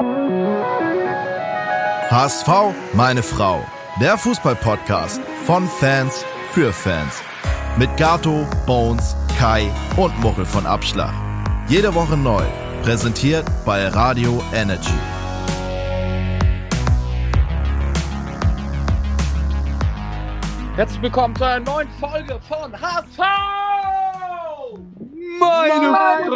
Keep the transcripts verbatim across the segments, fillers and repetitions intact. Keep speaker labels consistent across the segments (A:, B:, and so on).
A: H S V, meine Frau. Der Fußball-Podcast von Fans für Fans. Mit Gato, Bones, Kai und Muchel von Abschlag. Jede Woche neu. Präsentiert bei Radio Energy.
B: Herzlich willkommen zu einer neuen Folge von H S V!
C: Meine,
B: Meine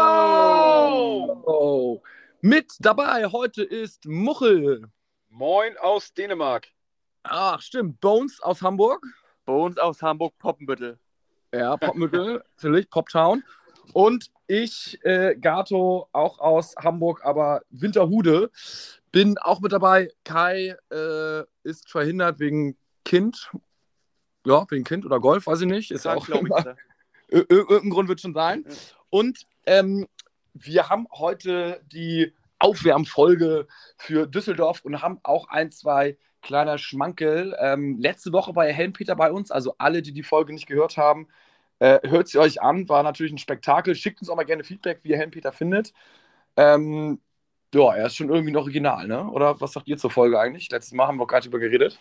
C: Frau!
B: Frau! Mit dabei heute ist Muchel.
C: Moin aus Dänemark.
B: Ach, stimmt. Bones aus Hamburg.
D: Bones aus Hamburg-Poppenbüttel.
B: Ja, Poppenbüttel, natürlich, Poptown. Und ich, äh, Gato, auch aus Hamburg, aber Winterhude. Bin auch mit dabei. Kai äh, ist verhindert wegen Kind. Ja, wegen Kind oder Golf, weiß ich nicht. Ist
D: Krank,
B: auch
D: glaub ich,
B: immer,
D: bitte.
B: Ir- irgendein Grund wird schon sein. Und ähm, wir haben heute die Aufwärmfolge für Düsseldorf und haben auch ein, zwei kleiner Schmankel. Ähm, letzte Woche war ja Helmpeter bei uns, also alle, die die Folge nicht gehört haben, äh, hört sie euch an, war natürlich ein Spektakel. Schickt uns auch mal gerne Feedback, wie ihr Helmpeter findet. Ähm, ja, er ist schon irgendwie noch original, ne? Oder was sagt ihr zur Folge eigentlich? Letztes Mal haben wir gar nicht drüber geredet.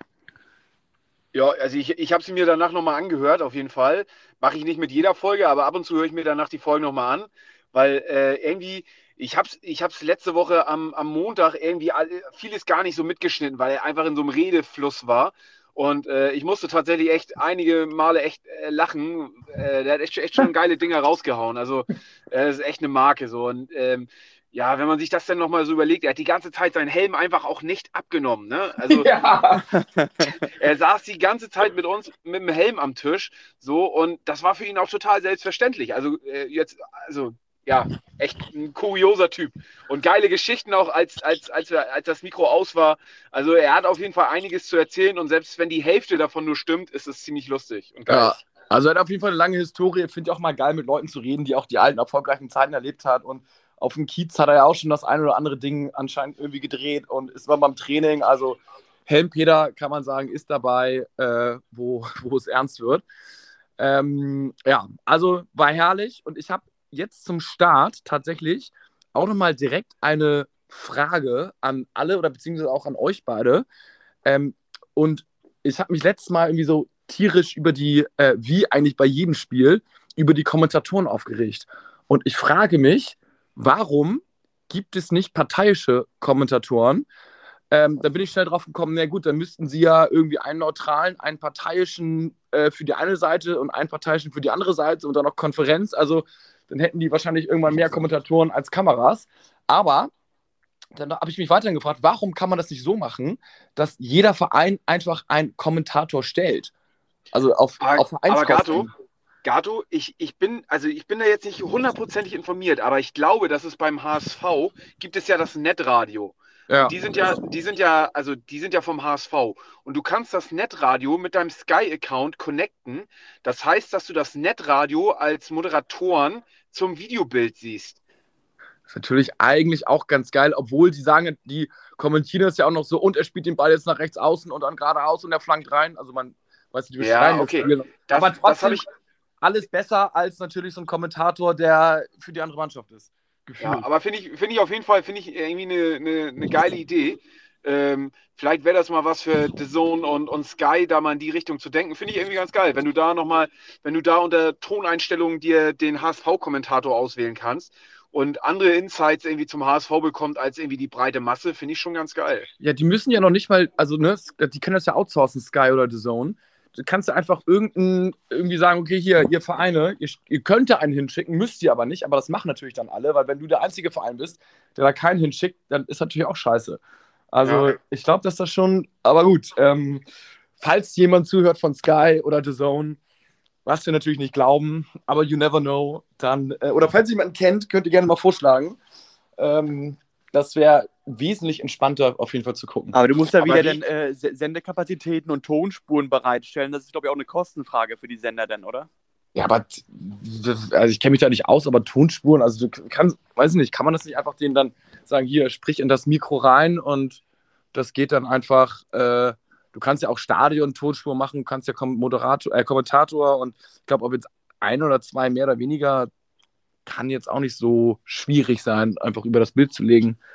C: Ja, also ich, ich habe sie mir danach nochmal angehört, auf jeden Fall. Mache ich nicht mit jeder Folge, aber ab und zu höre ich mir danach die Folgen nochmal an, weil äh, irgendwie, ich habe es ich hab's letzte Woche am, am Montag irgendwie all- vieles gar nicht so mitgeschnitten, weil er einfach in so einem Redefluss war. Und äh, ich musste tatsächlich echt einige Male echt äh, lachen. Äh, der hat echt, echt schon geile Dinger rausgehauen. Also äh, das ist echt eine Marke so. Und ähm, ja, wenn man sich das dann nochmal so überlegt, er hat die ganze Zeit seinen Helm einfach auch nicht abgenommen. Ne? Also
B: Ja,
C: er saß die ganze Zeit mit uns mit dem Helm am Tisch, so, und das war für ihn auch total selbstverständlich. Also äh, jetzt, also ja, echt ein kurioser Typ und geile Geschichten auch, als als als wir, als das Mikro aus war. Also er hat auf jeden Fall einiges zu erzählen und selbst wenn die Hälfte davon nur stimmt, ist es ziemlich lustig und geil.
B: ja. Also er hat auf jeden Fall eine lange Historie. Finde ich auch mal geil, mit Leuten zu reden, die auch die alten, erfolgreichen Zeiten erlebt hat. Und auf dem Kiez hat er ja auch schon das ein oder andere Ding anscheinend irgendwie gedreht und ist mal beim Training. Also Helmpeter, kann man sagen, ist dabei, äh, wo, wo es ernst wird. Ähm, ja, also war herrlich. Und ich habe jetzt zum Start tatsächlich auch nochmal direkt eine Frage an alle oder beziehungsweise auch an euch beide. Ähm, und ich habe mich letztes Mal irgendwie so tierisch über die, äh, wie eigentlich bei jedem Spiel, über die Kommentatoren aufgeregt. Und ich frage mich, warum gibt es nicht parteiische Kommentatoren? Ähm, da bin ich schnell drauf gekommen, na gut, dann müssten sie ja irgendwie einen neutralen, einen parteiischen äh, für die eine Seite und einen parteiischen für die andere Seite und dann noch Konferenz. Also dann hätten die wahrscheinlich irgendwann mehr Kommentatoren als Kameras. Aber dann habe ich mich weiterhin gefragt, warum kann man das nicht so machen, dass jeder Verein einfach einen Kommentator stellt? Also auf,
C: Aber,
B: auf
C: aber Gato,
B: Vereinskosten.
C: Gato, ich, ich bin, also ich bin da jetzt nicht hundertprozentig informiert, aber ich glaube, dass es beim H S V gibt es ja das Netradio.
B: Ja.
C: Und die sind ja, die sind ja, also die sind ja vom H S V. Und du kannst das Netradio mit deinem Sky-Account connecten. Das heißt, dass du das Netradio als Moderatoren zum Videobild siehst.
B: Das ist natürlich eigentlich auch ganz geil, obwohl die sagen, die kommentieren das ja auch noch so, und er spielt den Ball jetzt nach rechts außen und dann geradeaus und er flankt rein. Also man weiß nicht, die
C: Ja,
B: beschreiben
C: okay.
B: das Spiel.
C: Das,
B: Aber
C: das
B: trotzdem
C: habe ich,
B: alles besser als natürlich so ein Kommentator, der für die andere Mannschaft ist. Gefühlt.
C: ja, aber finde ich, finde ich auf jeden Fall, finde ich irgendwie eine, eine, eine geile Idee. Ähm, vielleicht wäre das mal was für D A Z N und, und Sky, da mal in die Richtung zu denken. Finde ich irgendwie ganz geil, wenn du da nochmal, wenn du da unter Toneinstellungen dir den H S V-Kommentator auswählen kannst und andere Insights irgendwie zum H S V bekommt als irgendwie die breite Masse, finde ich schon ganz geil.
B: Ja, die müssen ja noch nicht mal, also ne, die können das ja outsourcen, Sky oder D A Z N. Du kannst ja einfach irgendein, irgendwie sagen, okay, hier, ihr Vereine, ihr, ihr könnt da einen hinschicken, müsst ihr aber nicht, aber das machen natürlich dann alle, weil wenn du der einzige Verein bist, der da keinen hinschickt, dann ist natürlich auch scheiße. Also
C: Ja.
B: ich glaube, dass das schon, aber gut, ähm, falls jemand zuhört von Sky oder D A Z N, was wir natürlich nicht glauben, aber you never know, dann, äh, oder falls ihr jemanden kennt, könnt ihr gerne mal vorschlagen. Ähm, das wäre wesentlich entspannter auf jeden Fall zu gucken.
D: Aber du musst ja
C: Aber
D: wieder
C: wie-
D: dann äh, Se- Sendekapazitäten und Tonspuren bereitstellen. Das ist, glaube ich, auch eine Kostenfrage für die Sender dann, oder?
B: Ja, aber t- also ich kenne mich da nicht aus, aber Tonspuren, also du kannst, weiß ich nicht, kann man das nicht einfach denen dann sagen, hier, sprich in das Mikro rein und das geht dann einfach, äh, du kannst ja auch Stadion-Tonspur machen, du kannst ja Kom Moderator, äh, Kommentator und ich glaube, ob jetzt ein oder zwei mehr oder weniger, kann jetzt auch nicht so schwierig sein, einfach über das Bild zu legen.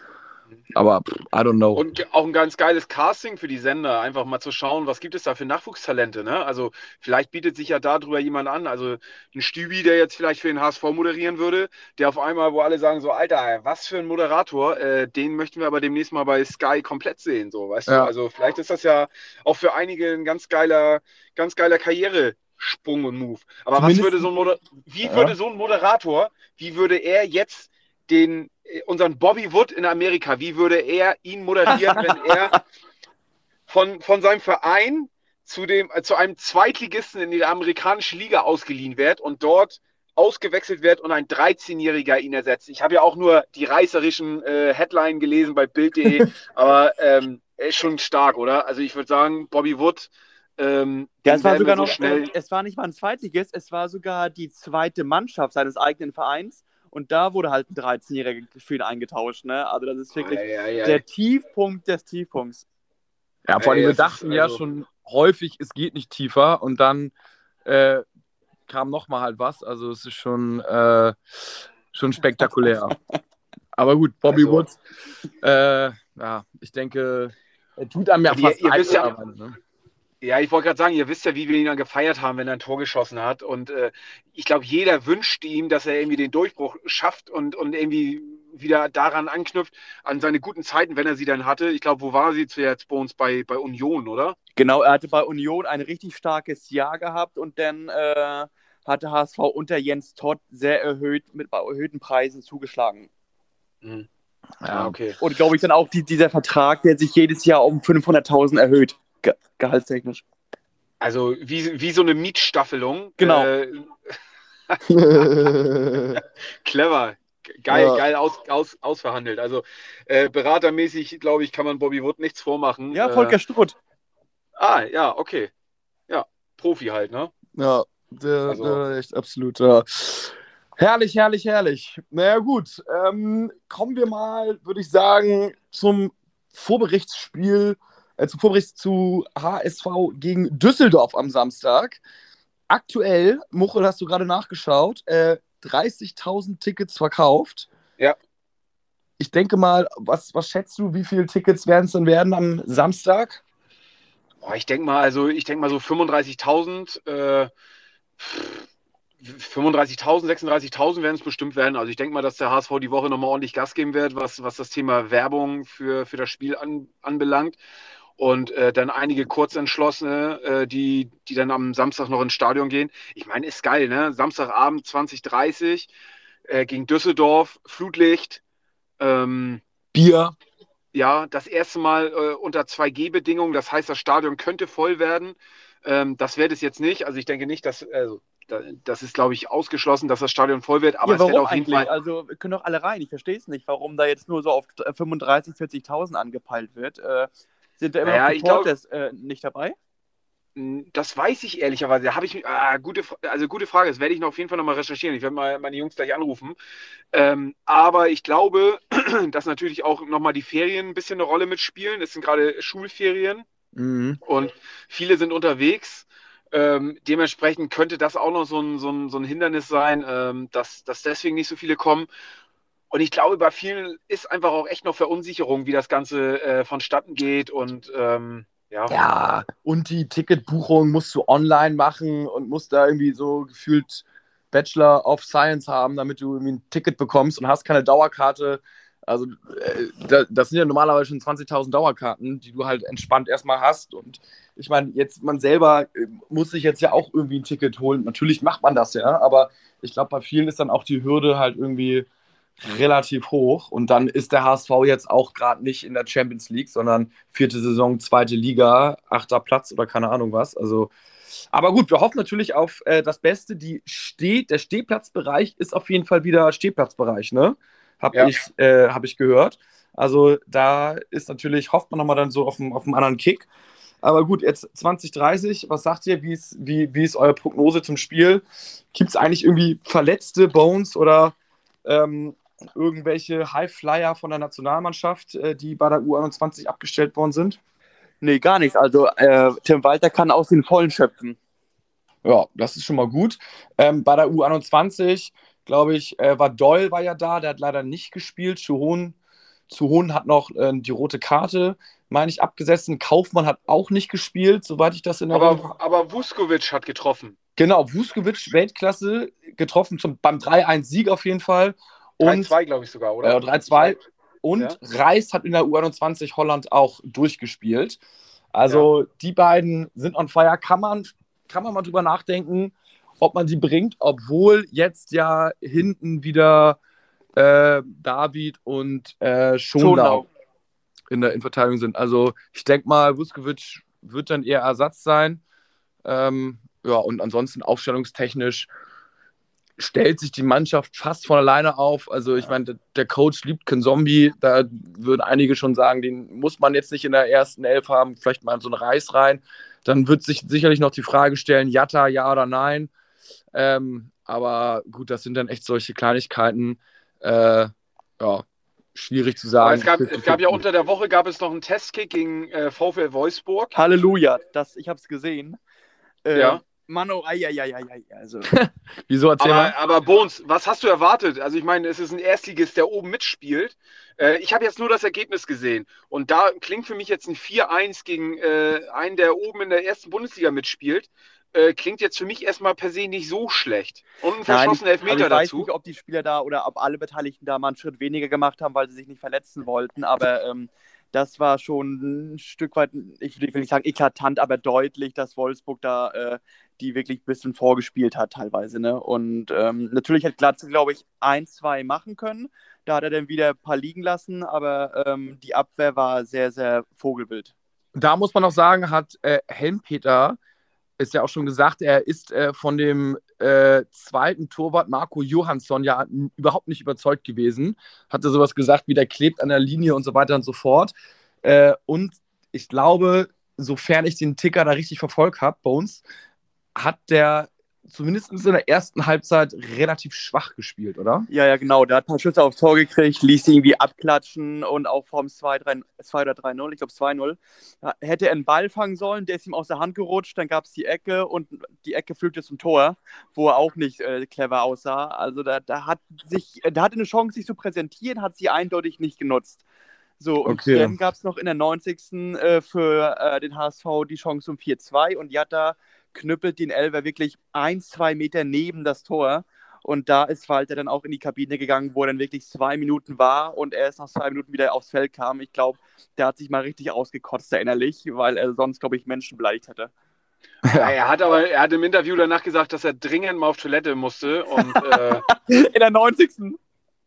B: Aber pff, I don't know.
C: Und auch ein ganz geiles Casting für die Sender, einfach mal zu schauen, was gibt es da für Nachwuchstalente, ne? Also vielleicht bietet sich ja darüber jemand an, also ein Stübi, der jetzt vielleicht für den H S V moderieren würde, der auf einmal, wo alle sagen so, Alter, was für ein Moderator, äh, den möchten wir aber demnächst mal bei Sky komplett sehen, so, weißt
B: Ja.
C: du? Also vielleicht ist das ja auch für einige ein ganz geiler, ganz geiler Karrieresprung und Move. Aber
B: Zumindest-
C: was würde so ein Moder wie
B: Ja.
C: würde so ein Moderator, wie würde er jetzt den unseren Bobby Wood in Amerika, wie würde er ihn moderieren, wenn er von, von seinem Verein zu, dem, äh, zu einem Zweitligisten in die amerikanische Liga ausgeliehen wird und dort ausgewechselt wird und ein dreizehnjähriger ihn ersetzt. Ich habe ja auch nur die reißerischen äh, Headline gelesen bei Bild punkt de, aber ähm, er ist schon stark, oder? Also ich würde sagen, Bobby Wood, ähm,
D: Ja,
C: den
D: es war
C: werden wir
D: sogar
C: so
D: noch,
C: schnell...
D: äh, es war nicht mal ein Zweitligist, es war sogar die zweite Mannschaft seines eigenen Vereins und da wurde halt ein dreizehnjähriger für ihn eingetauscht, ne? Also das ist wirklich
C: Ei, ei, ei.
D: der Tiefpunkt des Tiefpunkts.
B: Ja, vor allem,
C: Ey,
B: wir
C: das
B: dachten
C: ist
B: ja
C: also-
B: schon häufig, es geht nicht tiefer und dann äh, kam nochmal halt was. Also es ist schon, äh, schon spektakulär. Aber gut, Bobby
C: Also-
B: Woods, äh, ja, ich denke, er tut einem ja
C: Und ihr-
B: fast
C: ihr
B: leid
C: wisst ja-
B: mittlerweile, ne?
C: Ja, ich wollte gerade sagen, ihr wisst ja, wie wir ihn dann gefeiert haben, wenn er ein Tor geschossen hat. Und äh, ich glaube, jeder wünscht ihm, dass er irgendwie den Durchbruch schafft und, und irgendwie wieder daran anknüpft, an seine guten Zeiten, wenn er sie dann hatte. Ich glaube, wo war sie zuerst bei uns? Bei, bei Union, oder?
D: Genau, er hatte bei Union ein richtig starkes Jahr gehabt und dann äh, hatte H S V unter Jens Todt sehr erhöht mit bei erhöhten Preisen zugeschlagen.
C: Mhm.
B: Ja,
C: okay.
D: Und glaube ich dann auch die, dieser Vertrag, der sich jedes Jahr um fünfhunderttausend erhöht, ge gehaltstechnisch.
C: Also wie, wie so eine Mietstaffelung.
D: Genau.
C: Äh, clever. Geil,
B: Ja.
C: geil aus, aus, ausverhandelt. Also äh, beratermäßig, glaube ich, kann man Bobby Wood nichts vormachen.
D: Ja, Volker
C: Äh,
D: Strutt.
C: ah, ja, okay. Ja, Profi halt, ne?
B: Ja, der,
C: Also-
B: der echt absolut, ja. Herrlich, herrlich, herrlich. Naja, gut. Ähm, kommen wir mal, würde ich sagen, zum Vorberichtsspiel, äh, zum Vorbericht zu H S V gegen Düsseldorf am Samstag. Aktuell, Muchel, hast du gerade nachgeschaut, äh, dreißigtausend Tickets verkauft.
C: Ja.
B: Ich denke mal, was, was schätzt du, wie viele Tickets werden es denn werden am Samstag?
C: Boah, ich denke mal, also ich denke mal so fünfunddreißigtausend, äh, fünfunddreißigtausend, sechsunddreißigtausend werden es bestimmt werden. Also ich denke mal, dass der H S V die Woche nochmal ordentlich Gas geben wird, was, was das Thema Werbung für, für das Spiel an, anbelangt. Und äh, dann einige Kurzentschlossene, äh, die, die dann am Samstag noch ins Stadion gehen. Ich meine, ist geil, ne? Samstagabend zwanzig Uhr dreißig äh, gegen Düsseldorf, Flutlicht. Ähm,
B: Bier.
C: ja, das erste Mal äh, unter zwei G Bedingungen. Das heißt, das Stadion könnte voll werden. Ähm, das wird es jetzt nicht. Also ich denke nicht, dass, also, da, das ist, glaube ich, ausgeschlossen, dass das Stadion voll wird. Aber
D: Ja,
C: es wird
D: warum
C: auf jeden
D: eigentlich?
C: Fall.
D: Also, wir können doch alle rein. Ich verstehe es nicht, warum da jetzt nur so auf fünfunddreißigtausend, vierzigtausend angepeilt wird. Äh, sind da immer
C: Naja,
D: noch
C: ich glaub-
D: Supporters äh, nicht dabei?
C: Das weiß ich ehrlicherweise. Da habe ich mich, ah, gute, also gute Frage. Das werde ich noch auf jeden Fall nochmal recherchieren. Ich werde mal meine Jungs gleich anrufen. Ähm, aber ich glaube, dass natürlich auch nochmal die Ferien ein bisschen eine Rolle mitspielen. Es sind gerade Schulferien
B: Mhm.
C: und viele sind unterwegs. Ähm, dementsprechend könnte das auch noch so ein, so ein, so ein Hindernis sein, ähm, dass, dass deswegen nicht so viele kommen. Und ich glaube, bei vielen ist einfach auch echt noch Verunsicherung, wie das Ganze äh, vonstatten geht. Und ähm, ja.
B: Ja, und die Ticketbuchung musst du online machen und musst da irgendwie so gefühlt Bachelor of Science haben, damit du irgendwie ein Ticket bekommst und hast keine Dauerkarte. Also äh, da, das sind ja normalerweise schon zwanzigtausend Dauerkarten, die du halt entspannt erstmal hast. Und ich meine, jetzt man selber äh, muss sich jetzt ja auch irgendwie ein Ticket holen. Natürlich macht man das ja, aber ich glaube, bei vielen ist dann auch die Hürde halt irgendwie relativ hoch. Und dann ist der H S V jetzt auch gerade nicht in der Champions League, sondern vierte Saison, zweite Liga, achter Platz oder keine Ahnung was. Also, aber gut, wir hoffen natürlich auf äh, das Beste. Die Steh, der Stehplatzbereich ist auf jeden Fall wieder Stehplatzbereich, ne? Habe
C: Ja.
B: ich, äh, hab ich gehört. Also da ist natürlich, hofft man nochmal dann so auf einen, auf einen anderen Kick. Aber gut, jetzt zwanzig dreißig, was sagt ihr? Wie ist, wie, wie ist eure Prognose zum Spiel? Gibt es eigentlich irgendwie verletzte Bones oder ähm, irgendwelche Highflyer von der Nationalmannschaft, äh, die bei der U einundzwanzig abgestellt worden sind?
D: Nee, gar nichts. Also, äh, Tim Walter kann aus den Vollen schöpfen.
B: Ja, das ist schon mal gut. Ähm, bei der U einundzwanzig, glaube ich, äh, war Doyle war ja da, der hat leider nicht gespielt. Schuhon Zuhonen hat noch äh, die rote Karte, meine ich, abgesessen. Kaufmann hat auch nicht gespielt, soweit ich das in Erinnerung habe.
C: Aber, aber Vuskovic hat getroffen.
B: Genau, Vuskovic, Weltklasse, getroffen zum, beim drei eins Sieg auf jeden Fall.
C: drei zwei, glaube ich sogar, oder?
B: Äh, drei zwei. Und
C: Ja.
B: Reis hat in der U einundzwanzig Holland auch durchgespielt. Also
C: Ja.
B: die beiden sind on fire. Kann man, kann man mal drüber nachdenken, ob man die bringt, obwohl jetzt ja hinten wieder äh, David und äh, Schonlau
D: Schonlau.
B: in der Innenverteidigung sind. Also ich denke mal, Vuskovic wird dann eher Ersatz sein. Ähm, ja, und ansonsten aufstellungstechnisch stellt sich die Mannschaft fast von alleine auf. Also ich meine, der, der Coach liebt keinen Zombie. Da würden einige schon sagen, den muss man jetzt nicht in der ersten Elf haben, vielleicht mal so einen Reis rein. Dann wird sich sicherlich noch die Frage stellen, Jatta, ja oder nein. Ähm, aber gut, das sind dann echt solche Kleinigkeiten. Äh, ja, schwierig zu sagen.
C: Aber es gab,
B: fünfzig
C: es gab ja
B: fünfzig.
C: unter der Woche gab es noch einen Testkick gegen äh, VfL Wolfsburg.
D: Halleluja, das, ich habe es gesehen. Äh,
C: Ja.
D: Mano, ai, ai, ai, ai, ai, also.
B: Wieso, erzähl mal.
C: Aber, aber Bones, was hast du erwartet? Also ich meine, es ist ein Erstligist, der oben mitspielt. Äh, ich habe jetzt nur das Ergebnis gesehen. Und da klingt für mich jetzt ein vier eins gegen äh, einen, der oben in der ersten Bundesliga mitspielt. Äh, klingt jetzt für mich erstmal per se nicht so schlecht. Und ein verschossener Elfmeter
D: also ich weiß
C: dazu.
D: nicht, ob die Spieler da oder ob alle Beteiligten da mal einen Schritt weniger gemacht haben, weil sie sich nicht verletzen wollten, aber ähm, das war schon ein Stück weit, ich will nicht sagen eklatant, aber deutlich, dass Wolfsburg da äh, die wirklich ein bisschen vorgespielt hat teilweise. Ne? Und ähm, natürlich hat Glatze, glaube ich, ein, zwei machen können. Da hat er dann wieder ein paar liegen lassen, aber ähm, die Abwehr war sehr, sehr vogelwild.
B: Da muss man noch sagen, hat äh, Helmpeter, ist ja auch schon gesagt, er ist äh, von dem äh, zweiten Torwart Marco Johansson ja n- überhaupt nicht überzeugt gewesen. Hatte sowas gesagt wie, der klebt an der Linie und so weiter und so fort. Äh, und ich glaube, sofern ich den Ticker da richtig verfolgt habe, Bones, hat der zumindest in der ersten Halbzeit relativ schwach gespielt, oder?
D: Ja, ja, genau. Der hat ein paar Schüsse aufs Tor gekriegt, ließ sie irgendwie abklatschen und auch vom zwei oder drei null, ich glaube zwei null. Ja, hätte er einen Ball fangen sollen, der ist ihm aus der Hand gerutscht, dann gab es die Ecke und die Ecke flügte zum Tor, wo er auch nicht äh, clever aussah. Also da, da hat sich, der hatte eine Chance, sich zu präsentieren, hat sie eindeutig nicht genutzt. So, und
B: Okay.
D: dann gab es noch in der neunzigsten Äh, für äh, den H S V die Chance zum vier zwei und Jatta knüppelt den Elfer wirklich ein, zwei Meter neben das Tor. Und da ist Walter dann auch in die Kabine gegangen, wo er dann wirklich zwei Minuten war und er erst nach zwei Minuten wieder aufs Feld kam. Ich glaube, der hat sich mal richtig ausgekotzt da innerlich, weil er sonst, glaube ich, Menschen beleidigt hätte.
C: Ja, er hat aber er hat im Interview danach gesagt, dass er dringend mal auf Toilette musste. Und äh,
D: In der neunzigsten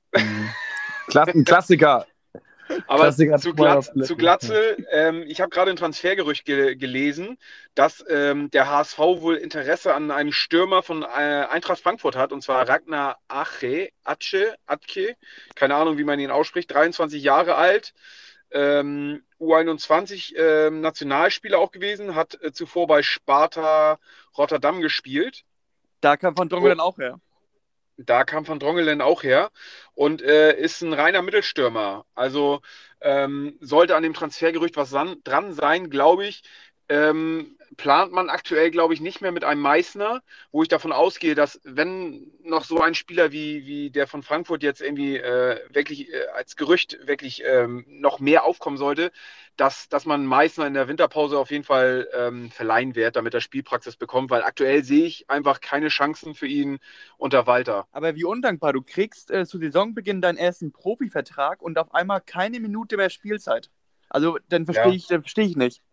B: Klass ein Klassiker.
C: Aber
B: Klassiker
C: zu,
B: Feuer
C: Glatz,
B: auf Toilette.
C: zu Glatze, ähm, ich habe gerade ein Transfergerücht ge gelesen, dass ähm, der H S V wohl Interesse an einem Stürmer von äh, Eintracht Frankfurt hat, und zwar Ragnar Ache, Ache, Atke, keine Ahnung, wie man ihn ausspricht, dreiundzwanzig Jahre alt, ähm, U einundzwanzig ähm, Nationalspieler auch gewesen, hat äh, zuvor bei Sparta Rotterdam gespielt.
D: Da kam Van Drongelen auch her.
C: Da kam Van Drongelen auch her und äh, ist ein reiner Mittelstürmer. Also ähm, sollte an dem Transfergerücht was san- dran sein, glaube ich. Ähm, plant man aktuell, glaube ich, nicht mehr mit einem Meißner, wo ich davon ausgehe, dass wenn noch so ein Spieler wie, wie der von Frankfurt jetzt irgendwie äh, wirklich äh, als Gerücht wirklich ähm, noch mehr aufkommen sollte, dass, dass man Meißner in der Winterpause auf jeden Fall ähm, verleihen wird, damit er Spielpraxis bekommt, weil aktuell sehe ich einfach keine Chancen für ihn unter Walter.
D: Aber wie undankbar, du kriegst äh, zu Saisonbeginn deinen ersten Profivertrag und auf einmal keine Minute mehr Spielzeit. Also, dann verstehe
C: Ja.
D: ich, dann verstehe ich nicht.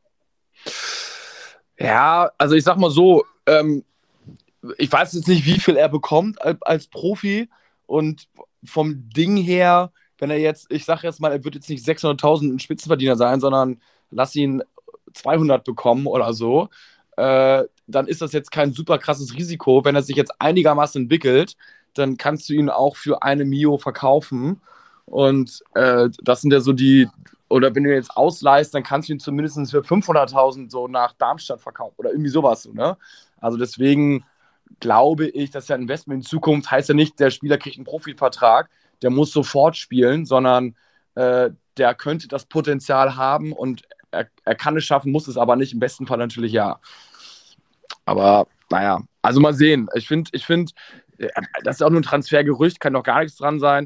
B: Ja, also ich sag mal so, ähm, ich weiß jetzt nicht, wie viel er bekommt als, als Profi und vom Ding her, wenn er jetzt, ich sag jetzt mal, er wird jetzt nicht sechshunderttausend ein Spitzenverdiener sein, sondern lass ihn zweihundert bekommen oder so, äh, dann ist das jetzt kein super krasses Risiko. Wenn er sich jetzt einigermaßen entwickelt, dann kannst du ihn auch für eine Mio verkaufen und äh, das sind ja so die, oder wenn du ihn jetzt ausleihst, dann kannst du ihn zumindest für fünfhunderttausend so nach Darmstadt verkaufen oder irgendwie sowas. So, ne? Also deswegen glaube ich, dass ja Investment in Zukunft heißt ja nicht, der Spieler kriegt einen Profivertrag, der muss sofort spielen, sondern äh, der könnte das Potenzial haben und er, er kann es schaffen, muss es aber nicht, im besten Fall natürlich ja. Aber naja, also mal sehen. Ich finde, ich find, das ist auch nur ein Transfergerücht, kann doch gar nichts dran sein.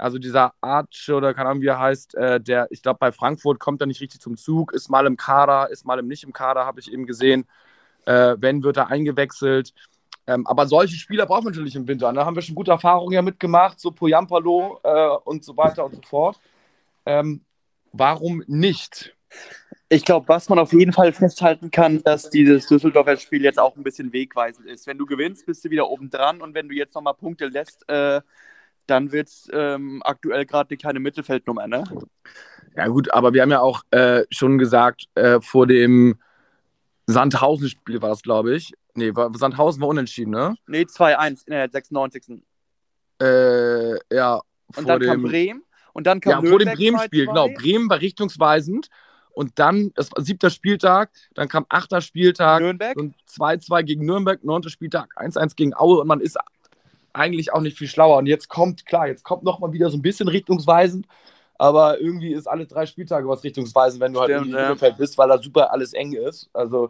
B: Also dieser Arch oder keine Ahnung, wie er heißt, äh, der, ich glaube, bei Frankfurt kommt er nicht richtig zum Zug, ist mal im Kader, ist mal im nicht im Kader, habe ich eben gesehen. Äh, wenn, wird er eingewechselt. Ähm, aber solche Spieler brauchen wir natürlich im Winter. Da haben wir schon gute Erfahrungen ja mitgemacht, so Poyampalo äh, und so weiter und so fort. Ähm, warum nicht?
D: Ich glaube, was man auf jeden Fall festhalten kann, dass dieses Düsseldorfer Spiel jetzt auch ein bisschen wegweisend ist. Wenn du gewinnst, bist du wieder oben dran und wenn du jetzt nochmal Punkte lässt, äh, dann wird es ähm, aktuell gerade keine Mittelfeldnummer, ne?
B: Ja gut, aber wir haben ja auch äh, schon gesagt, äh, vor dem Sandhausen-Spiel war das, glaube ich. Nee, war, Sandhausen war unentschieden, ne?
D: Nee, zwei eins in der sechsundneunzigsten
B: Äh, ja,
D: Und
B: vor
D: dann
B: dem...
D: kam Bremen und dann kam
B: Ja, vor dem
D: Nürnberg
B: Bremen-Spiel,
D: zwei zwei.
B: genau. Bremen war richtungsweisend und dann, das war siebter Spieltag, dann kam achter Spieltag
D: Nürnberg.
B: und zwei zwei gegen Nürnberg, neunter Spieltag eins eins gegen Aue und man ist eigentlich auch nicht viel schlauer. Und jetzt kommt, klar, jetzt kommt nochmal wieder so ein bisschen richtungsweisend, aber irgendwie ist alle drei Spieltage was richtungsweisend, wenn du halt
D: Stimmt,
B: in
D: ja.
B: Mittelfeld bist, weil da super alles eng ist. Also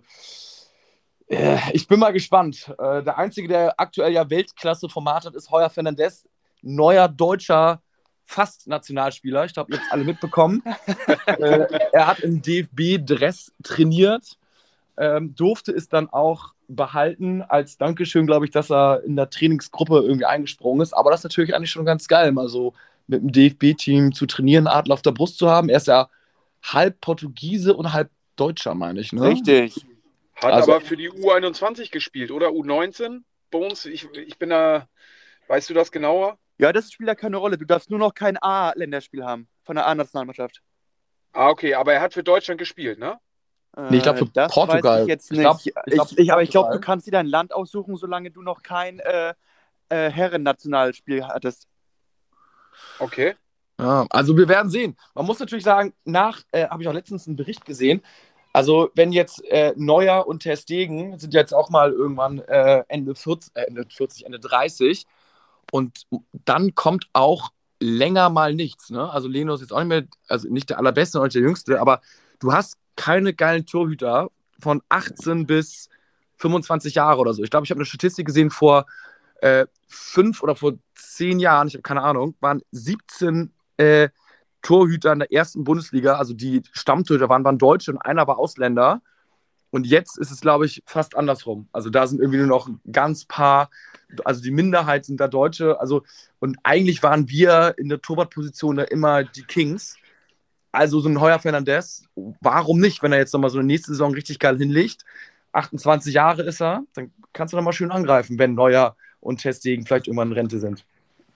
B: äh, ich bin mal gespannt. Äh, der Einzige, der aktuell ja Weltklasse-Format hat, ist Heuer Fernandes, neuer deutscher fast Nationalspieler. Ich glaube, ihr habt es alle mitbekommen. äh, er hat im D F B-Dress trainiert, ähm, durfte es dann auch behalten, als Dankeschön, glaube ich, dass er in der Trainingsgruppe irgendwie eingesprungen ist. Aber das ist natürlich eigentlich schon ganz geil, mal so mit dem D F B-Team zu trainieren, Adler auf der Brust zu haben. Er ist ja halb Portugiese und halb Deutscher, meine ich. Ne?
D: Richtig.
C: Hat
B: Also-
C: aber für die U einundzwanzig gespielt, oder? U neunzehn? Bones, ich, ich bin da, weißt du das genauer?
D: Ja, das spielt ja keine Rolle. Du darfst nur noch kein A-Länderspiel haben von der A-Nationalmannschaft.
C: Ah, okay, aber er hat für Deutschland gespielt, ne?
B: Nee, ich glaub, für
D: Äh, das
B: Portugal.
D: Weiß ich jetzt
B: Ich
D: nicht.
B: glaub-
D: Ich
B: ich glaub,
D: ich, ich, aber ich glaube,
B: Portugal.
D: du kannst dir dein Land aussuchen, solange du noch kein äh, äh, Herren-Nationalspiel hattest.
C: Okay.
B: Ja, also wir werden sehen. Man muss natürlich sagen, nach, äh, habe ich auch letztens einen Bericht gesehen, also wenn jetzt äh, Neuer und Ter Stegen sind jetzt auch mal irgendwann äh, Ende vierzig, äh, Ende vierzig, Ende dreißig und dann kommt auch länger mal nichts. Ne? Also Leno ist jetzt auch nicht mehr, also nicht der allerbeste und nicht der jüngste, aber du hast keine geilen Torhüter von achtzehn bis fünfundzwanzig Jahre oder so. Ich glaube, ich habe eine Statistik gesehen vor äh, fünf oder vor zehn Jahren, ich habe keine Ahnung, waren siebzehn äh, Torhüter in der ersten Bundesliga, also die Stammtorhüter waren, waren Deutsche und einer war Ausländer. Und jetzt ist es, glaube ich, fast andersrum. Also da sind irgendwie nur noch ein ganz paar, also die Minderheit sind da Deutsche. Also, und eigentlich waren wir in der Torwartposition da immer die Kings. Also so ein Heuer Fernandes, warum nicht, wenn er jetzt nochmal so eine nächste Saison richtig geil hinlegt? achtundzwanzig Jahre ist er, dann kannst du nochmal schön angreifen, wenn Neuer und Ter Stegen vielleicht irgendwann in Rente sind.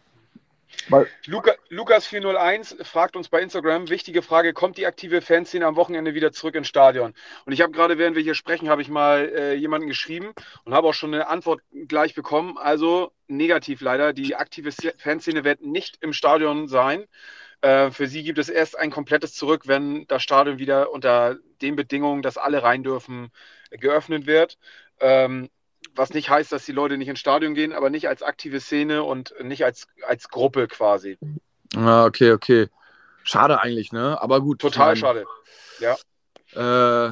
B: Weil,
C: Luca, Lukas vierhunderteins fragt uns bei Instagram, wichtige Frage, kommt die aktive Fanszene am Wochenende wieder zurück ins Stadion? Und ich habe gerade, während wir hier sprechen, habe ich mal äh, jemanden geschrieben und habe auch schon eine Antwort gleich bekommen. Also negativ leider, die aktive Fanszene wird nicht im Stadion sein. Äh, für sie gibt es erst ein komplettes Zurück, wenn das Stadion wieder unter den Bedingungen, dass alle rein dürfen, geöffnet wird. Ähm, Was nicht heißt, dass die Leute nicht ins Stadion gehen, aber nicht als aktive Szene und nicht als, als Gruppe quasi.
B: ah, okay, okay. Schade eigentlich, ne? Aber gut.
C: Total
B: ich
C: schade. Ja.
B: Äh,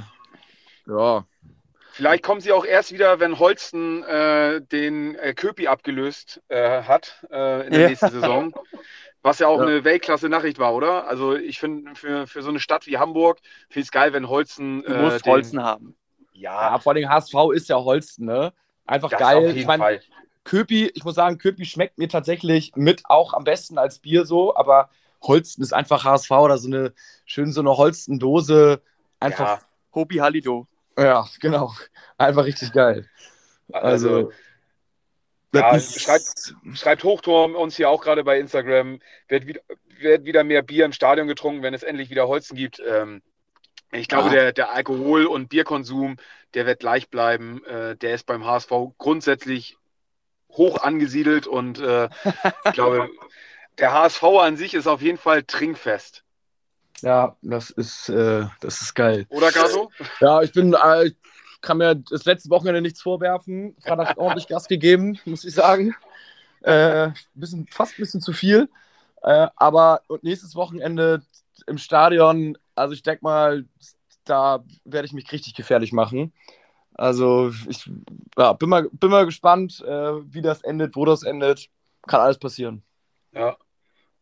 B: ja.
C: Vielleicht kommen sie auch erst wieder, wenn Holsten äh, den äh, Köpi abgelöst äh, hat äh, in der
D: Ja.
C: nächsten Saison. Was ja auch
B: Ja.
C: eine Weltklasse-Nachricht war, oder? Also ich finde, für, für so eine Stadt wie Hamburg finde ich es geil, wenn Holsten
D: Du
C: äh,
D: musst
C: den,
D: Holzen haben.
B: Ja,
C: Ja,
B: vor allem H S V ist ja Holsten, ne? Einfach
C: das
B: geil.
C: auf
B: Ich
C: jeden
B: meine,
C: Fall.
B: Köpi, ich muss sagen, Köpi schmeckt mir tatsächlich mit auch am besten als Bier so, aber Holsten ist einfach H S V oder so eine schön so eine Holstendose. Einfach,
D: Hopi Halido.
B: ja, genau. Einfach richtig geil. Also,
C: Ja,
B: das ist-
C: schreibt- Schreibt Hochturm uns hier auch gerade bei Instagram, wird wieder, wird wieder mehr Bier im Stadion getrunken, wenn es endlich wieder Holzen gibt. Ähm, ich glaube,
B: Ja.
C: der, der Alkohol- und Bierkonsum, der wird gleich bleiben. Äh, der ist beim H S V grundsätzlich hoch angesiedelt und äh, ich glaube, der H S V an sich ist auf jeden Fall trinkfest.
B: ja, das ist, äh, das ist geil.
C: Oder, Gato?
B: Ja, ich bin, äh, ich kann mir das letzte Wochenende nichts vorwerfen. Freitag hat ordentlich Gas gegeben, muss ich sagen. Äh, bisschen, fast ein bisschen zu viel. Äh, aber und nächstes Wochenende im Stadion, also ich denke mal, da werde ich mich richtig gefährlich machen. Also ich ja, bin, mal, bin mal gespannt, äh, wie das endet, wo das endet. Kann alles passieren.
C: Ja.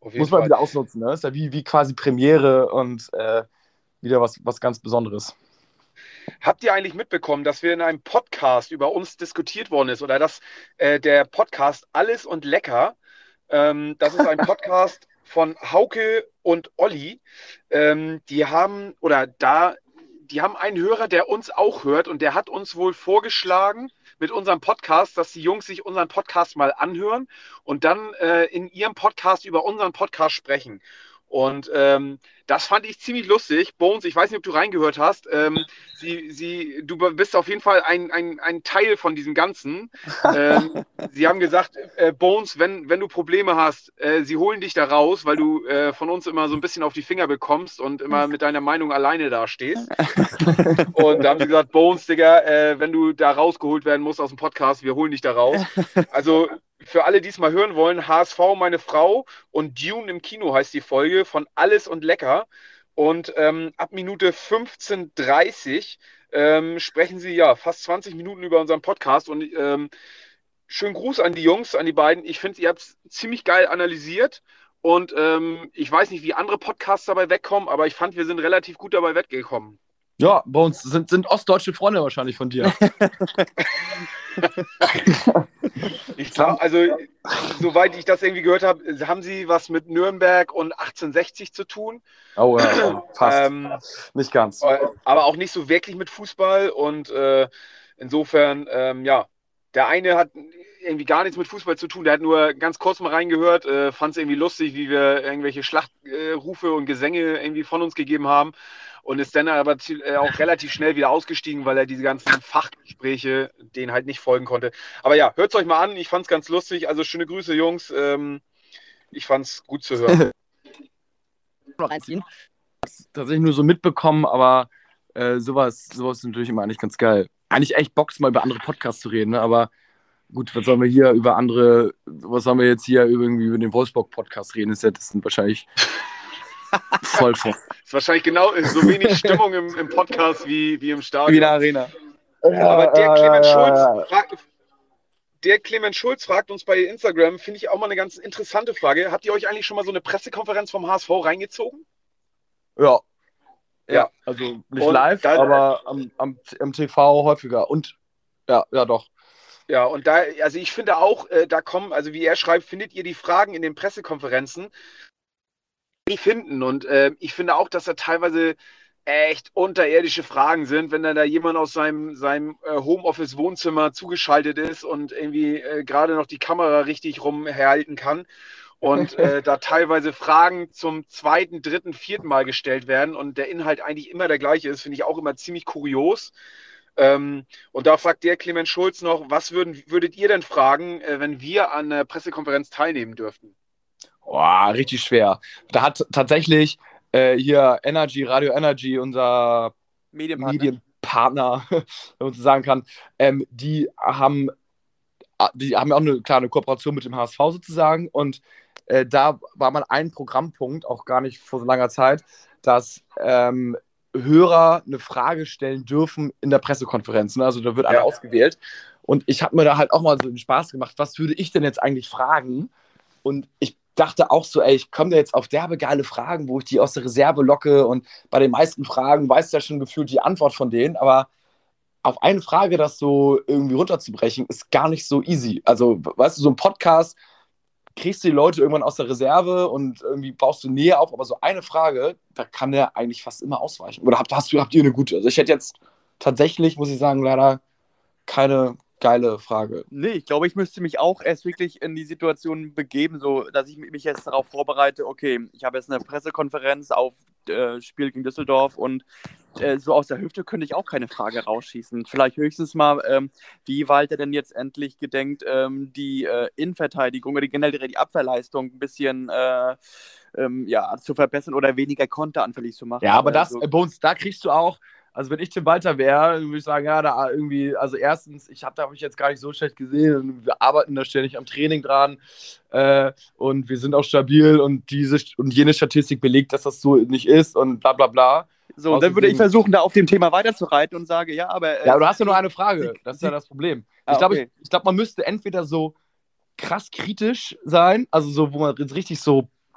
C: auf jeden
B: Muss man
C: Fall.
B: wieder ausnutzen, ne? Ist ja wie, wie quasi Premiere und äh, wieder was, was ganz Besonderes.
C: Habt ihr eigentlich mitbekommen, dass wir in einem Podcast über uns diskutiert worden ist oder dass äh, der Podcast Alles und Lecker, ähm, das ist ein Podcast von Hauke und Olli, ähm, die haben oder da, die haben einen Hörer, der uns auch hört und der hat uns wohl vorgeschlagen mit unserem Podcast, dass die Jungs sich unseren Podcast mal anhören und dann äh, in ihrem Podcast über unseren Podcast sprechen. Und ähm, das fand ich ziemlich lustig. Bones, ich weiß nicht, ob du reingehört hast. Ähm, sie, sie, du bist auf jeden Fall ein, ein, ein Teil von diesem Ganzen. Ähm, sie haben gesagt, äh, Bones, wenn, wenn du Probleme hast, äh, sie holen dich da raus, weil du äh, von uns immer so ein bisschen auf die Finger bekommst und immer mit deiner Meinung alleine dastehst. Und da haben sie gesagt, Bones, Digga, äh, wenn du da rausgeholt werden musst aus dem Podcast, wir holen dich da raus. Also für alle, die es mal hören wollen, H S V, meine Frau und Dune im Kino heißt die Folge von Alles und Lecker. Und ähm, ab Minute fünfzehn Uhr dreißig ähm, sprechen sie ja fast zwanzig Minuten über unseren Podcast. Und ähm, schönen Gruß an die Jungs, an die beiden. Ich finde, ihr habt es ziemlich geil analysiert. Und ähm, ich weiß nicht, wie andere Podcasts dabei wegkommen, aber ich fand, wir sind relativ gut dabei weggekommen.
B: Ja, bei uns sind, sind ostdeutsche Freunde wahrscheinlich von dir.
C: Ich glaub, also, soweit ich das irgendwie gehört habe, haben sie was mit Nürnberg und achtzehnhundertsechzig zu tun.
B: Oh ja, fast.
C: Ähm,
B: Nicht ganz.
C: aber auch nicht so wirklich mit Fußball. Und äh, insofern, ähm, ja, der eine hat irgendwie gar nichts mit Fußball zu tun. Der hat nur ganz kurz mal reingehört, äh, fand es irgendwie lustig, wie wir irgendwelche Schlachtrufe äh, und Gesänge irgendwie von uns gegeben haben. Und ist dann aber auch relativ schnell wieder ausgestiegen, weil er diese ganzen Fachgespräche denen halt nicht folgen konnte. Aber ja, hört es euch mal an. Ich fand es ganz lustig. Also schöne Grüße, Jungs. Ähm, ich fand es gut zu hören.
B: Noch reinziehen. Das tatsächlich nur so mitbekommen, aber äh, sowas, sowas ist natürlich immer eigentlich ganz geil. Eigentlich echt Bock, mal über andere Podcasts zu reden, ne? Aber gut, was sollen wir hier über andere, was sollen wir jetzt hier irgendwie über den Wolfsburg-Podcast reden? Das sind wahrscheinlich voll vor.
C: Ist wahrscheinlich genau so wenig Stimmung im, im Podcast wie, wie im Stadion.
D: Wie in der Arena.
C: Aber der Clemens
B: ja,
C: Schulz
B: ja, ja.
C: fragt, der Clemens Schulz fragt uns bei Instagram, finde ich auch mal eine ganz interessante Frage. Habt ihr euch eigentlich schon mal so eine Pressekonferenz vom H S V reingezogen?
B: Ja.
C: Ja.
B: Ja, also nicht
C: Und
B: live,
C: dann-
B: aber am, am, am T V häufiger. Und ja, ja doch.
C: Ja, und da, also ich finde auch, äh, da kommen, also wie er schreibt, findet ihr die Fragen in den Pressekonferenzen, die finden. Und äh, ich finde auch, dass da teilweise echt unterirdische Fragen sind, wenn dann da jemand aus seinem, seinem äh, Homeoffice-Wohnzimmer zugeschaltet ist und irgendwie äh, gerade noch die Kamera richtig rumhalten kann. Und äh, da teilweise Fragen zum zweiten, dritten, vierten Mal gestellt werden und der Inhalt eigentlich immer der gleiche ist, finde ich auch immer ziemlich kurios. Ähm, und da fragt der Clemens Schulz noch, was würden, würdet ihr denn fragen, äh, wenn wir an der Pressekonferenz teilnehmen dürften?
B: Boah, richtig schwer. Da hat tatsächlich äh, hier Energy, Radio Energy, unser
D: Medienpartner.
B: Medienpartner, wenn man so sagen kann, ähm, die haben die haben ja auch eine kleine Kooperation mit dem H S V sozusagen und äh, da war mal ein Programmpunkt, auch gar nicht vor so langer Zeit, dass ähm, Hörer eine Frage stellen dürfen in der Pressekonferenz. Ne? Also da wird einer
C: Ja.
B: ausgewählt und ich habe mir da halt auch mal so den Spaß gemacht, was würde ich denn jetzt eigentlich fragen? Und ich dachte auch so, ey, ich komme da jetzt auf derbe geile Fragen, wo ich die aus der Reserve locke und bei den meisten Fragen weiß ja schon gefühlt die Antwort von denen, aber auf eine Frage das so irgendwie runterzubrechen, ist gar nicht so easy. Also, weißt du, so ein Podcast kriegst du die Leute irgendwann aus der Reserve und irgendwie baust du Nähe auf, aber so eine Frage, da kann der eigentlich fast immer ausweichen. Oder habt, hast du, habt ihr eine gute? Also ich hätte jetzt tatsächlich, muss ich sagen, leider keine geile Frage.
D: Nee, ich glaube, ich müsste mich auch erst wirklich in die Situation begeben, so dass ich mich jetzt darauf vorbereite, okay, ich habe jetzt eine Pressekonferenz auf äh, Spiel gegen Düsseldorf und äh, so aus der Hüfte könnte ich auch keine Frage rausschießen. Vielleicht höchstens mal, ähm, wie Walter denn jetzt endlich gedenkt, ähm, die äh, Innenverteidigung oder generell die Abwehrleistung ein bisschen äh, ähm, ja, zu verbessern oder weniger konteranfällig zu machen.
B: Ja, aber das,
D: so,
B: äh, bei uns, da kriegst du auch, also wenn ich Tim Walter wäre, würde ich sagen, ja, da irgendwie, also erstens, ich habe da hab ich jetzt gar nicht so schlecht gesehen und wir arbeiten da ständig am Training dran äh, und wir sind auch stabil und diese und jene Statistik belegt, dass das so nicht ist und bla bla bla.
D: so dann würde ich versuchen, da auf dem Thema weiterzureiten und sage, ja, aber... Äh,
B: Ja, aber du hast ja nur eine Frage, das ist ja das Problem.
D: Ah,
B: Ich glaube,
D: okay.
B: ich, ich glaub, man müsste entweder so krass kritisch sein, also so, wo man jetzt richtig so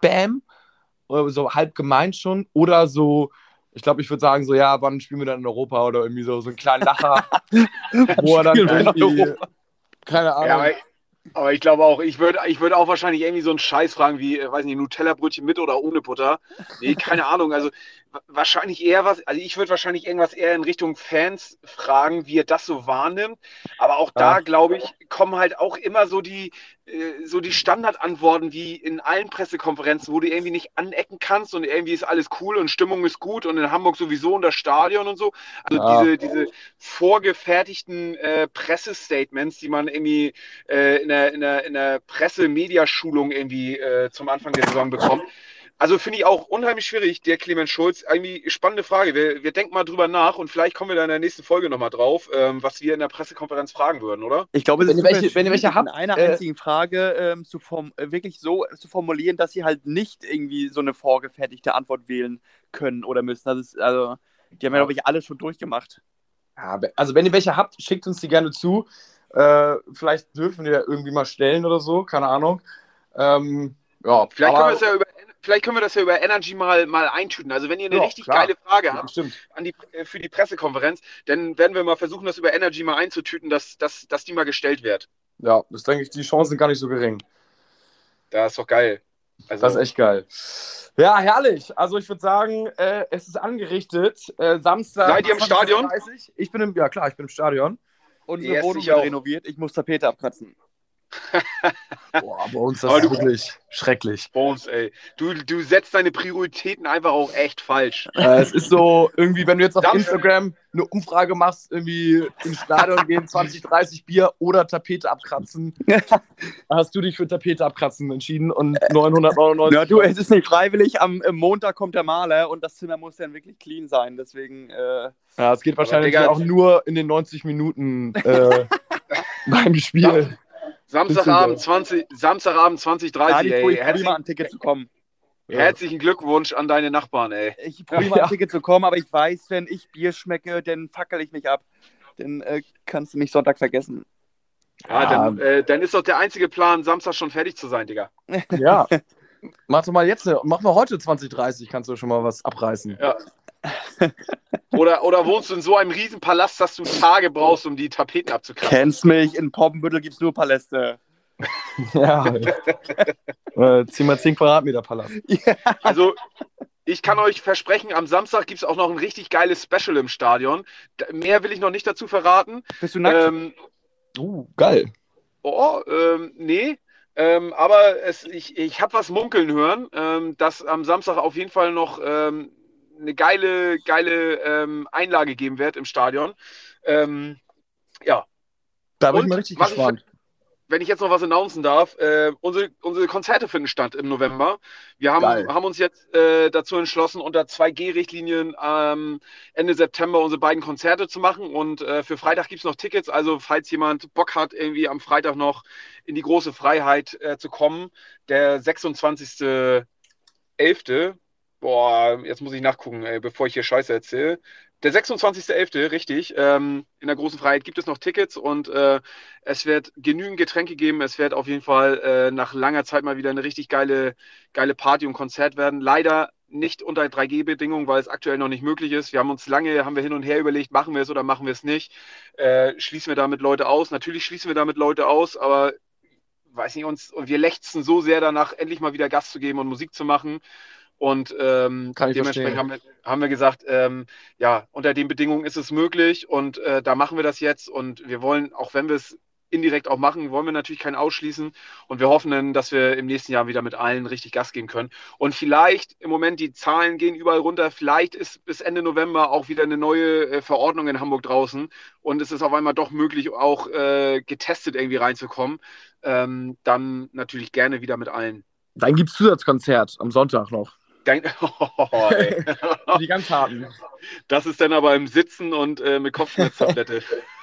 B: Bam, oder so halb gemein schon, oder so, ich glaube, ich würde sagen so, ja, wann spielen wir dann in Europa oder irgendwie so, so einen kleinen Lacher, wo er dann irgendwie, keine Ahnung.
C: Ja, aber, aber ich glaube auch, ich würde ich würd auch wahrscheinlich irgendwie so einen Scheiß fragen wie, äh, weiß nicht, Nutella-Brötchen mit oder ohne Butter. Nee, keine Ahnung, also wa- wahrscheinlich eher was, also ich würde wahrscheinlich irgendwas eher in Richtung Fans fragen, wie er das so wahrnimmt. Aber auch da,
B: Ja.
C: glaube ich, kommen halt auch immer so die, äh, so die Standardantworten wie in allen Pressekonferenzen, wo du irgendwie nicht anecken kannst und irgendwie ist alles cool und Stimmung ist gut und in Hamburg sowieso und das Stadion und so. Also
B: Ja.
C: diese, diese vorgefertigten äh, Pressestatements, die man irgendwie äh, in der, in der, in der Presse-Mediaschulung irgendwie äh, zum Anfang der Saison bekommt. Also finde ich auch unheimlich schwierig, der Clemens Schulz. Irgendwie spannende Frage. Wir, wir denken mal drüber nach und vielleicht kommen wir da in der nächsten Folge nochmal drauf, ähm, was wir in der Pressekonferenz fragen würden, oder?
D: Ich glaube, es
B: Wenn
D: ist
B: ihr welche-
D: super
B: wenn ihr welche
D: schwierig,
B: habt,
D: in einer
B: äh,
D: einzigen Frage ähm, zu form äh, wirklich so zu formulieren, dass sie halt nicht irgendwie so eine vorgefertigte Antwort wählen können oder müssen. Das ist, also, die haben ja,
C: Ja.
D: glaube ich, alle schon durchgemacht.
B: Ja, also wenn ihr welche habt, schickt uns die gerne zu. Äh, vielleicht dürfen wir irgendwie mal stellen oder so, keine Ahnung. Ähm, ja,
C: Vielleicht,
B: aber,
C: können wir das ja über, vielleicht können wir das ja über Energy mal, mal eintüten. Also wenn ihr eine
B: Ja,
C: richtig
B: klar.
C: geile Frage habt
B: bestimmt.
C: an die, äh, für die Pressekonferenz, dann werden wir mal versuchen, das über Energy mal einzutüten, dass, dass, dass die mal gestellt wird.
B: Ja, das denke ich, die Chancen sind gar nicht so gering.
C: Das ist doch geil. Also,
B: Das ist echt geil. Ja, herrlich. Also ich würde sagen, äh, es ist angerichtet. Äh, Samstag.
C: Seid ihr im Stadion?
B: zwanzig Uhr dreißig. Ich bin im, ja klar, ich bin im Stadion.
D: Unsere
C: Yes,
D: Wohnung
C: ich
D: wird
C: auch.
D: renoviert. Ich muss Tapete abkratzen.
B: Boah, bei uns das
C: Aber
B: ist
C: du-
B: wirklich schrecklich.
C: Bones, ey. Du, du setzt deine Prioritäten einfach auch echt falsch.
B: Äh, es ist so, irgendwie, wenn du jetzt auf
C: Samstag-
B: Instagram eine Umfrage machst, irgendwie ins Stadion gehen, zwanzig, dreißig Bier oder Tapete abkratzen, hast du dich für Tapete abkratzen entschieden und neunhundertneunundneunzig.
D: Ja, du, es ist nicht freiwillig. Am äh, Montag kommt der Maler und das Zimmer muss dann wirklich clean sein. Deswegen, äh,
B: Ja, es geht wahrscheinlich
C: Digga,
B: auch nur in den neunzig Minuten äh, beim Spiel.
C: Samstagabend zwanzig, Samstagabend zwanzig
D: ja,
C: dreißig,
D: ich,
C: ey.
D: ich probiere mal
C: Herzlichen,
D: an ein Ticket zu kommen.
C: herzlichen Glückwunsch an deine Nachbarn, ey.
D: Ich probiere mal
B: Ja.
D: ein Ticket zu kommen, aber ich weiß, wenn ich Bier schmecke, dann fackel ich mich ab. Dann äh, kannst du mich Sonntag vergessen.
C: Ja, dann, äh, dann ist doch der einzige Plan, Samstag schon fertig zu sein, Digga.
B: Ja. Mach doch mal jetzt, ne- mach mal heute zwanzig dreißig, kannst du schon mal was abreißen.
C: Ja. Oder, oder wohnst du in so einem riesen Palast, dass du Tage brauchst, um die Tapeten abzukratzen?
D: Kennst mich, in Poppenbüttel gibt es nur Paläste.
B: Ja. äh, zieh mal zehn Quadratmeter Palast.
C: Also, ich kann euch versprechen, am Samstag gibt es auch noch ein richtig geiles Special im Stadion. Da, mehr will ich noch nicht dazu verraten.
D: Bist du nackt?
C: Ähm,
B: Uh, geil.
C: oh, ähm, nee. Ähm, aber es, ich, ich habe was munkeln hören, ähm, dass am Samstag auf jeden Fall noch ähm, eine geile, geile ähm, Einlage geben wird im Stadion. Ähm, ja,
B: Da bin ich
C: Und
B: mal richtig
C: was ich
B: gespannt.
C: wenn ich jetzt noch was announcen darf, äh, unsere, unsere Konzerte finden statt im November. Wir haben,
B: Geil.
C: haben uns jetzt äh, dazu entschlossen, unter zwei G-Richtlinien ähm, Ende September unsere beiden Konzerte zu machen. Und äh, für Freitag gibt es noch Tickets. Also falls jemand Bock hat, irgendwie am Freitag noch in die große Freiheit äh, zu kommen, der sechsundzwanzigster elfter Boah, jetzt muss ich nachgucken, ey, bevor ich hier Scheiße erzähle. Der sechsundzwanzigster elfter richtig. Ähm, in der großen Freiheit gibt es noch Tickets und äh, es wird genügend Getränke geben. Es wird auf jeden Fall äh, nach langer Zeit mal wieder eine richtig geile, geile Party und Konzert werden. Leider nicht unter drei G Bedingungen, weil es aktuell noch nicht möglich ist. Wir haben uns lange, haben wir hin und her überlegt, machen wir es oder machen wir es nicht. Äh, schließen wir damit Leute aus? Natürlich schließen wir damit Leute aus, aber weiß nicht, uns, und wir lechzen so sehr danach, endlich mal wieder Gas zu geben und Musik zu machen. Und ähm,
B: Kann ich
C: dementsprechend
B: verstehen.
C: haben wir, haben wir gesagt, ähm, ja, unter den Bedingungen ist es möglich und äh, da machen wir das jetzt und wir wollen, auch wenn wir es indirekt auch machen, wollen wir natürlich keinen ausschließen und wir hoffen dann, dass wir im nächsten Jahr wieder mit allen richtig Gas geben können. Und vielleicht im Moment, die Zahlen gehen überall runter, vielleicht ist bis Ende November auch wieder eine neue äh, Verordnung in Hamburg draußen und es ist auf einmal doch möglich, auch äh, getestet irgendwie reinzukommen. Ähm, dann natürlich gerne wieder mit allen.
B: Dann gibt es Zusatzkonzert am Sonntag noch.
C: Dein, oh, ey.
B: Für die ganz harten.
C: Das ist dann aber im Sitzen und äh, mit Kopfschmerztablette.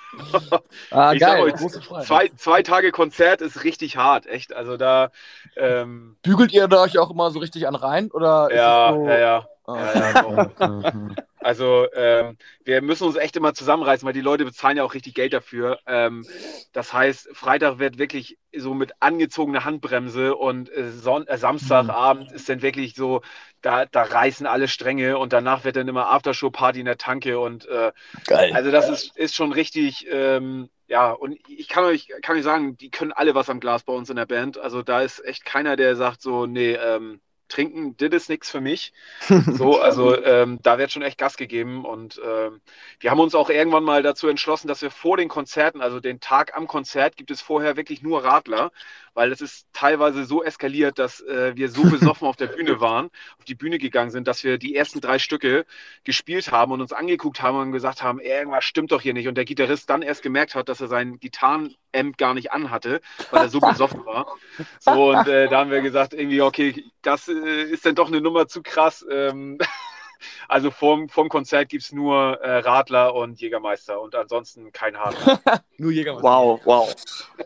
B: Ah,
C: Ich sag
B: geil.
C: euch,
B: Große Freiheit.
C: zwei, zwei Tage Konzert ist richtig hart, echt. Also da, ähm,
B: Bügelt ihr da euch auch immer so richtig an rein? Oder ist
C: ja,
B: es so...
C: ja, ja.
B: Ah,
C: Ja, ja, doch.
B: okay.
C: Also ähm, wir müssen uns echt immer zusammenreißen, weil die Leute bezahlen ja auch richtig Geld dafür. Ähm, das heißt, Freitag wird wirklich so mit angezogener Handbremse und äh, Son äh, Samstagabend ist dann wirklich so, da, da reißen alle Stränge und danach wird dann immer Aftershow-Party in der Tanke und äh,
B: Geil.
C: also das ist, ist schon richtig, ähm, ja, und ich kann euch, kann euch sagen, die können alle was am Glas bei uns in der Band. Also da ist echt keiner, der sagt so, nee, ähm, trinken, das ist nichts für mich. So, also ähm, da wird schon echt Gas gegeben und ähm, wir haben uns auch irgendwann mal dazu entschlossen, dass wir vor den Konzerten, also den Tag am Konzert, gibt es vorher wirklich nur Radler, weil es ist teilweise so eskaliert, dass äh, wir so besoffen auf der Bühne waren, auf die Bühne gegangen sind, dass wir die ersten drei Stücke gespielt haben und uns angeguckt haben und gesagt haben, irgendwas stimmt doch hier nicht und der Gitarrist dann erst gemerkt hat, dass er sein Gitarrenamp gar nicht anhatte, weil er so besoffen war. So, und äh, da haben wir gesagt, irgendwie, okay, das äh, ist dann doch eine Nummer zu krass. Ähm, also vorm, vorm Konzert gibt es nur äh, Radler und Jägermeister und ansonsten kein Radler.
B: Nur Jägermeister.
D: Wow, wow.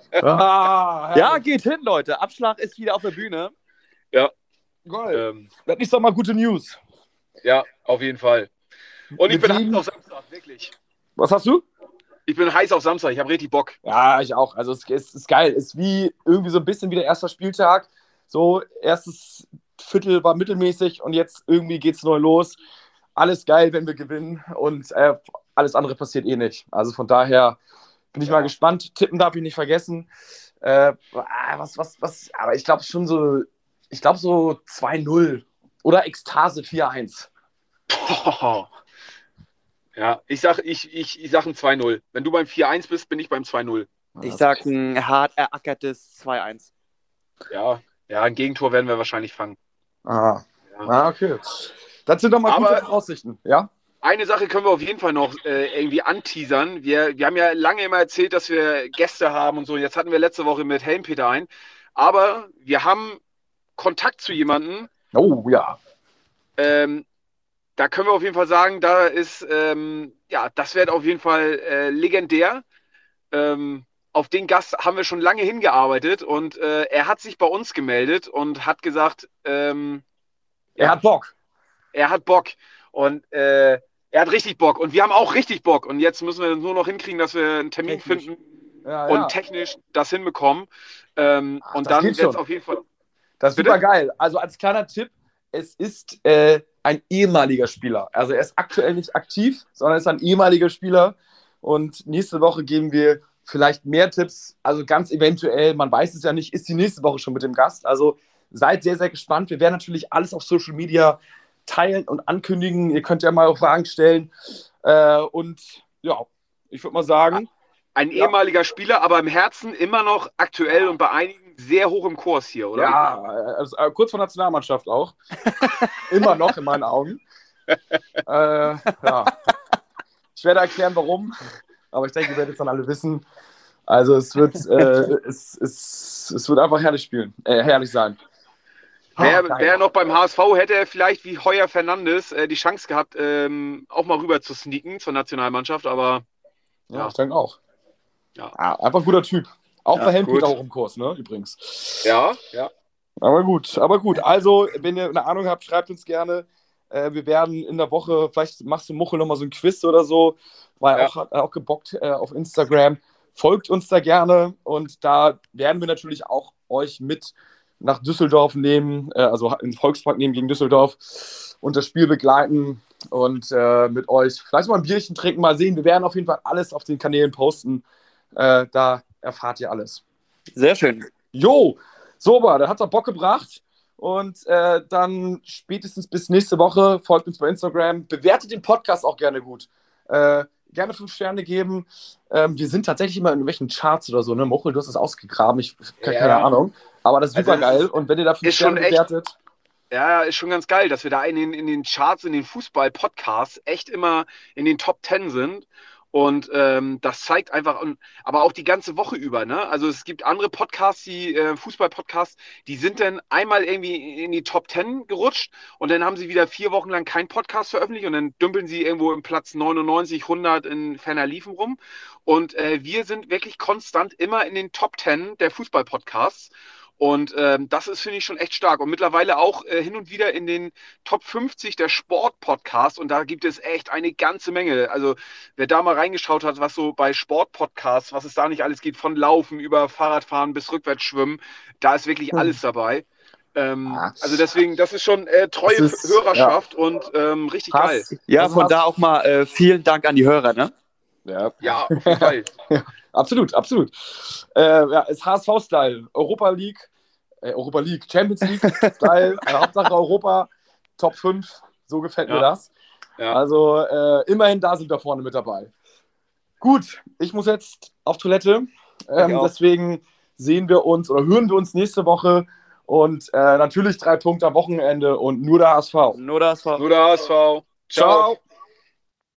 B: Ah,
D: Ja, geht hin, Leute. Abschlag ist wieder auf der Bühne.
C: Ja,
B: geil.
C: ähm,
B: Das ist doch mal gute News.
C: ja, auf jeden Fall. Und ich
B: Mit
C: bin
B: wem-
C: heiß auf Samstag, wirklich.
B: Was hast du?
C: Ich bin heiß auf Samstag, ich habe richtig Bock.
B: Ja, ich auch. Also es, es ist geil. Es ist wie irgendwie so ein bisschen wie der erste Spieltag. So, erstes Viertel war mittelmäßig und jetzt irgendwie geht's neu los. Alles geil, wenn wir gewinnen und äh, alles andere passiert eh nicht. Also von daher bin ich
C: Ja.
B: mal gespannt. Tippen darf ich nicht vergessen. Äh, ah, was, was, was, aber ich glaube schon so, ich glaube so zwei null oder Ekstase vier eins.
C: Boah. Ja, ich sag, ich, ich, ich sag ein zwei null. Wenn du beim vier eins bist, bin ich beim zwei null.
D: Ich sag ein hart erackertes zwei eins.
C: Ja, ja, ein Gegentor werden wir wahrscheinlich fangen.
B: Ah,
C: Ja.
B: ah okay. Das sind doch mal
C: Aber-
B: gute Aussichten, ja?
C: Eine Sache können wir auf jeden Fall noch äh, irgendwie anteasern. Wir, wir haben ja lange immer erzählt, dass wir Gäste haben und so. Jetzt hatten wir letzte Woche mit Helmpeter ein. Aber wir haben Kontakt zu jemandem.
B: Oh ja.
C: Ähm, da können wir auf jeden Fall sagen, da ist, ähm, ja, das wird auf jeden Fall äh, legendär. Ähm, auf den Gast haben wir schon lange hingearbeitet und äh, er hat sich bei uns gemeldet und hat gesagt, ähm,
B: Er hat Bock.
C: er hat Bock und äh, er hat richtig Bock und wir haben auch richtig Bock und jetzt müssen wir nur noch hinkriegen, dass wir einen Termin
B: Technisch.
C: finden
B: Ja,
C: und
B: ja.
C: technisch das hinbekommen. Ähm,
B: Ach,
C: und
B: das
C: dann
B: geht
C: wird es
B: schon.
C: auf jeden Fall.
B: Das ist
C: Bitte?
B: super geil. Also als kleiner Tipp, es ist äh, ein ehemaliger Spieler. Also er ist aktuell nicht aktiv, sondern ist ein ehemaliger Spieler. Und nächste Woche geben wir vielleicht mehr Tipps. Also ganz eventuell, man weiß es ja nicht, ist die nächste Woche schon mit dem Gast. Also seid sehr, sehr gespannt. Wir werden natürlich alles auf Social Media teilen und ankündigen. Ihr könnt ja mal auch Fragen stellen. Äh, und ja, ich würde mal sagen,
C: Ein
B: Ja.
C: ehemaliger Spieler, aber im Herzen immer noch aktuell und bei einigen sehr hoch im Kurs hier, oder?
B: ja, also, äh, kurz vor Nationalmannschaft auch. Immer noch in meinen Augen. äh, ja. Ich werde erklären, warum, aber ich denke, ihr werdet es dann alle wissen. Also es wird, äh, es, es, es wird einfach herrlich spielen, äh, herrlich sein.
C: Wer,
B: Ah, geil.
C: wer noch beim H S V hätte er vielleicht wie Heuer Fernandes äh, die Chance gehabt, ähm, auch mal rüber zu sneaken zur Nationalmannschaft, aber
B: Ja,
C: ja.
B: ich denke auch.
C: Ja.
B: Ah, einfach ein guter Typ. Auch
C: Ja,
B: bei Helmpeter
C: gut.
B: hoch im Kurs, ne, übrigens.
C: ja, ja.
B: Aber gut, aber gut. Also, wenn ihr eine Ahnung habt, schreibt uns gerne. Äh, wir werden in der Woche, vielleicht machst du Muchel nochmal so ein Quiz oder so, weil
C: Ja.
B: auch, hat auch gebockt äh, auf Instagram. Folgt uns da gerne und da werden wir natürlich auch euch mit nach Düsseldorf nehmen, äh, also in den Volkspark nehmen gegen Düsseldorf und das Spiel begleiten und äh, mit euch vielleicht mal ein Bierchen trinken, mal sehen. Wir werden auf jeden Fall alles auf den Kanälen posten. Äh, da erfahrt ihr alles.
D: Sehr schön.
B: Jo, super, da hat er Bock gebracht. Und äh, dann spätestens bis nächste Woche folgt uns bei Instagram. Bewertet den Podcast auch gerne gut. Äh, gerne fünf Sterne geben. Ähm, wir sind tatsächlich immer in irgendwelchen Charts oder so. Ne? Mochel, du hast das ausgegraben. Ich habe
C: Ja.
B: keine Ahnung. Aber das ist
C: Also
B: super
C: es
B: geil.
C: ist-
B: Und wenn ihr da fünf
C: ist schon
B: Sterne
C: echt-
B: bewertet.
C: Ja, ist schon ganz geil, dass wir da in den, in den Charts, in den Fußball-Podcasts echt immer in den Top Ten sind. Und ähm, das zeigt einfach, und, aber auch die ganze Woche über, ne? Also es gibt andere Podcasts, die äh, Fußball-Podcasts, die sind dann einmal irgendwie in die Top Ten gerutscht und dann haben sie wieder vier Wochen lang keinen Podcast veröffentlicht und dann dümpeln sie irgendwo im Platz neunundneunzig, hundert in ferner Liefen rum. Und äh, wir sind wirklich konstant immer in den Top Ten der Fußball-Podcasts. Und ähm, das ist, finde ich, schon echt stark. Und mittlerweile auch äh, hin und wieder in den Top fünfzig der Sport-Podcasts. Und da gibt es echt eine ganze Menge. Also wer da mal reingeschaut hat, was so bei Sport-Podcasts, was es da nicht alles gibt, von Laufen über Fahrradfahren bis Rückwärtsschwimmen, da ist wirklich
B: Hm.
C: alles dabei. Ähm,
B: Ja.
C: also deswegen, das ist schon äh, treue
B: Das ist-
C: Hörerschaft und ähm, richtig geil.
B: Hass,
D: Ja,
B: also
D: von
B: Hass-
D: da auch mal äh, vielen Dank an die Hörer, ne?
B: Ja,
C: Ja, auf jeden Fall.
B: absolut, absolut. Äh, ja, ist H S V-Style. Europa League, äh, Europa League, Champions League-Style, äh, Hauptsache Europa, Top fünf, so gefällt mir
C: Ja.
B: das.
C: Ja.
B: Also äh, immerhin da sind wir vorne mit dabei. Gut, ich muss jetzt auf Toilette. Ähm,
D: Ich auch.
B: deswegen sehen wir uns oder hören wir uns nächste Woche. Und äh, natürlich drei Punkte am Wochenende und nur der H S V.
D: Nur das war.
C: Nur der H S V. Ciao.
B: Ciao.